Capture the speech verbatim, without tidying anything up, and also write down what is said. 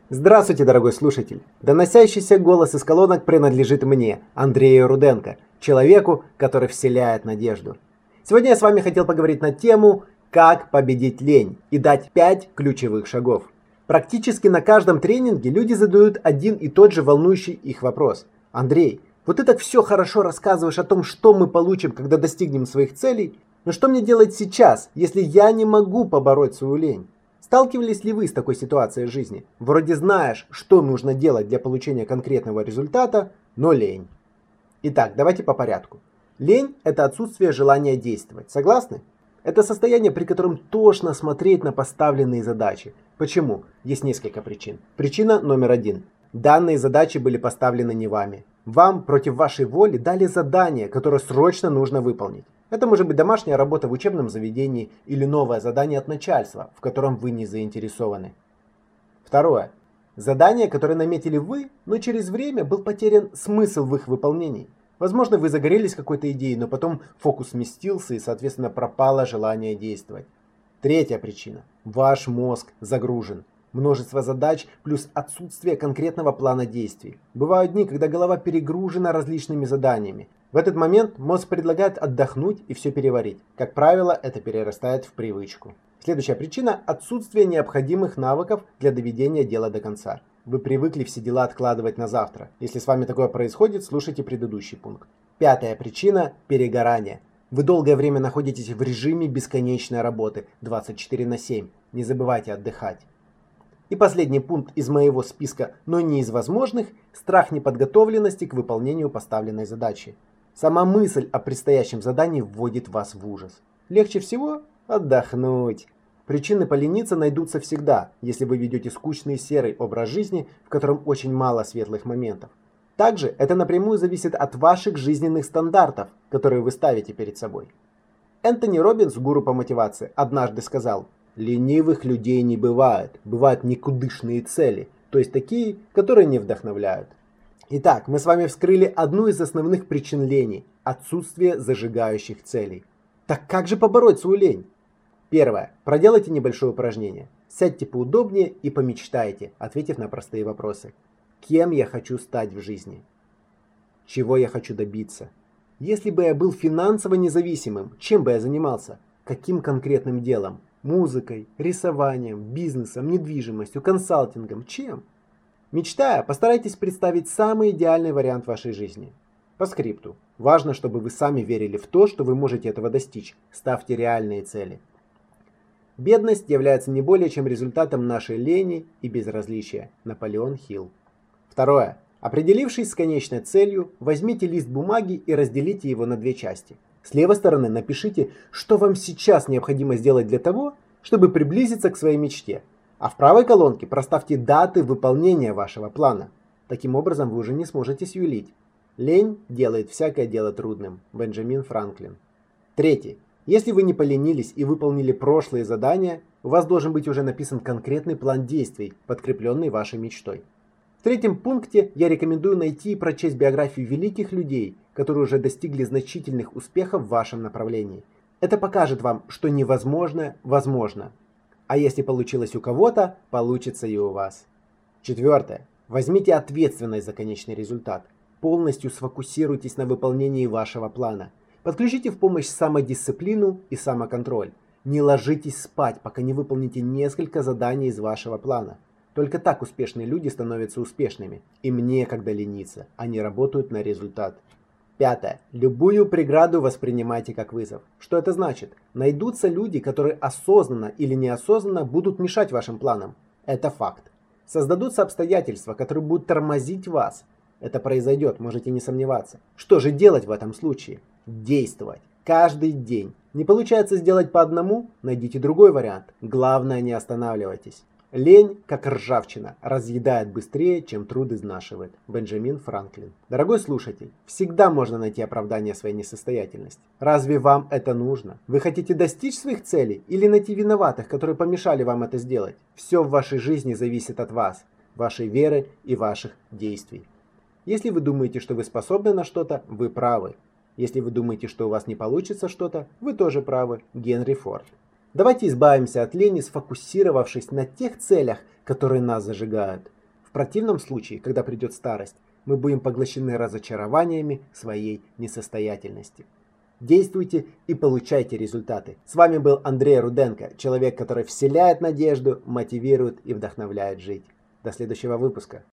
Здравствуйте, дорогой слушатель! Доносящийся голос из колонок принадлежит мне, Андрею Руденко, человеку, который вселяет надежду. Сегодня я с вами хотел поговорить на тему «Как победить лень» и дать пять ключевых шагов. Практически на каждом тренинге люди задают один и тот же волнующий их вопрос. Андрей, вот ты так все хорошо рассказываешь о том, что мы получим, когда достигнем своих целей, но что мне делать сейчас, если я не могу побороть свою лень? Сталкивались ли вы с такой ситуацией в жизни? Вроде знаешь, что нужно делать для получения конкретного результата, но лень. Итак, давайте по порядку. Лень – это отсутствие желания действовать. Согласны? Это состояние, при котором тошно смотреть на поставленные задачи. Почему? Есть несколько причин. Причина номер один. Данные задачи были поставлены не вами. Вам против вашей воли дали задание, которое срочно нужно выполнить. Это может быть домашняя работа в учебном заведении или новое задание от начальства, в котором вы не заинтересованы. Второе. Задание, которое наметили вы, но через время был потерян смысл в их выполнении. Возможно, вы загорелись какой-то идеей, но потом фокус сместился и, соответственно, пропало желание действовать. Третья причина. Ваш мозг загружен. Множество задач плюс отсутствие конкретного плана действий. Бывают дни, когда голова перегружена различными заданиями. В этот момент мозг предлагает отдохнуть и все переварить. Как правило, это перерастает в привычку. Следующая причина – отсутствие необходимых навыков для доведения дела до конца. Вы привыкли все дела откладывать на завтра. Если с вами такое происходит, слушайте предыдущий пункт. Пятая причина – перегорание. Вы долгое время находитесь в режиме бесконечной работы двадцать четыре на семь. Не забывайте отдыхать. И последний пункт из моего списка, но не из возможных – страх неподготовленности к выполнению поставленной задачи. Сама мысль о предстоящем задании вводит вас в ужас. Легче всего отдохнуть. Причины полениться найдутся всегда, если вы ведете скучный серый образ жизни, в котором очень мало светлых моментов. Также это напрямую зависит от ваших жизненных стандартов, которые вы ставите перед собой. Энтони Роббинс, гуру по мотивации, однажды сказал: «Ленивых людей не бывает, бывают никудышные цели, то есть такие, которые не вдохновляют». Итак, мы с вами вскрыли одну из основных причин лени – отсутствие зажигающих целей. Так как же побороть свою лень? Первое. Проделайте небольшое упражнение. Сядьте поудобнее и помечтайте, ответив на простые вопросы. Кем я хочу стать в жизни? Чего я хочу добиться? Если бы я был финансово независимым, чем бы я занимался? Каким конкретным делом? Музыкой, рисованием, бизнесом, недвижимостью, консалтингом? Чем? Мечтая, постарайтесь представить самый идеальный вариант вашей жизни. По скрипту. Важно, чтобы вы сами верили в то, что вы можете этого достичь. Ставьте реальные цели. Бедность является не более чем результатом нашей лени и безразличия. Наполеон Хилл. Второе. Определившись с конечной целью, возьмите лист бумаги и разделите его на две части. С левой стороны напишите, что вам сейчас необходимо сделать для того, чтобы приблизиться к своей мечте. А в правой колонке проставьте даты выполнения вашего плана. Таким образом вы уже не сможете сюлить. Лень делает всякое дело трудным. Бенджамин Франклин. Третий. Если вы не поленились и выполнили прошлые задания, у вас должен быть уже написан конкретный план действий, подкрепленный вашей мечтой. В третьем пункте я рекомендую найти и прочесть биографию великих людей, которые уже достигли значительных успехов в вашем направлении. Это покажет вам, что невозможное возможно. А если получилось у кого-то, получится и у вас. Четвертое. Возьмите ответственность за конечный результат. Полностью сфокусируйтесь на выполнении вашего плана. Подключите в помощь самодисциплину и самоконтроль. Не ложитесь спать, пока не выполните несколько заданий из вашего плана. Только так успешные люди становятся успешными. Им некогда лениться, они работают на результат. Пятое. Любую преграду воспринимайте как вызов. Что это значит? Найдутся люди, которые осознанно или неосознанно будут мешать вашим планам. Это факт. Создадутся обстоятельства, которые будут тормозить вас. Это произойдет, можете не сомневаться. Что же делать в этом случае? Действовать. Каждый день. Не получается сделать по одному? Найдите другой вариант. Главное, не останавливайтесь. Лень, как ржавчина, разъедает быстрее, чем труд изнашивает. Бенджамин Франклин. Дорогой слушатель, всегда можно найти оправдание своей несостоятельности. Разве вам это нужно? Вы хотите достичь своих целей или найти виноватых, которые помешали вам это сделать? Все в вашей жизни зависит от вас, вашей веры и ваших действий. Если вы думаете, что вы способны на что-то, вы правы. Если вы думаете, что у вас не получится что-то, вы тоже правы. Генри Форд. Давайте избавимся от лени, сфокусировавшись на тех целях, которые нас зажигают. противном случае, когда придет старость, мы будем поглощены разочарованиями своей несостоятельности. Действуйте и получайте результаты. С вами был Андрей Руденко, человек, который вселяет надежду, мотивирует и вдохновляет жить. До следующего выпуска.